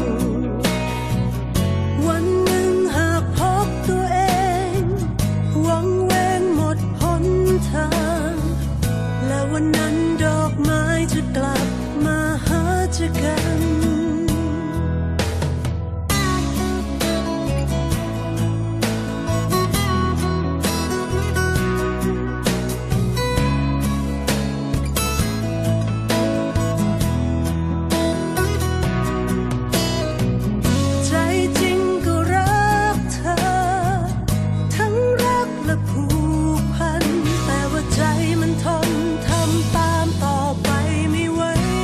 วันหนึ่งหากพบตัวเองหวังเวงหมดหนทางและวันนั้นดอกไม้จะกลับมาหาเจอกันใจจริงก็รักเธอทั้งรักและผูกพันแต่ว่าใจมันทนทำตามต่อไปไม่ไหว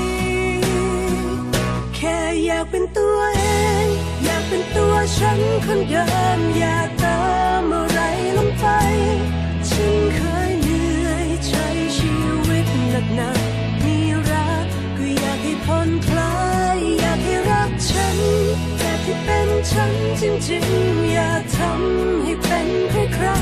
แค่อยากเป็นตัวเองอยากเป็นตัวฉันคนเดิมอยากเติมอะไรลงไปฉันเคยเหนื่อยใช้ชีวิตหนักๆมีรักก็อยากให้ผ่อนคลายอยากให้รักฉันแต่ที่เป็นฉันจริงๆอย่าทำให้เป็นใคร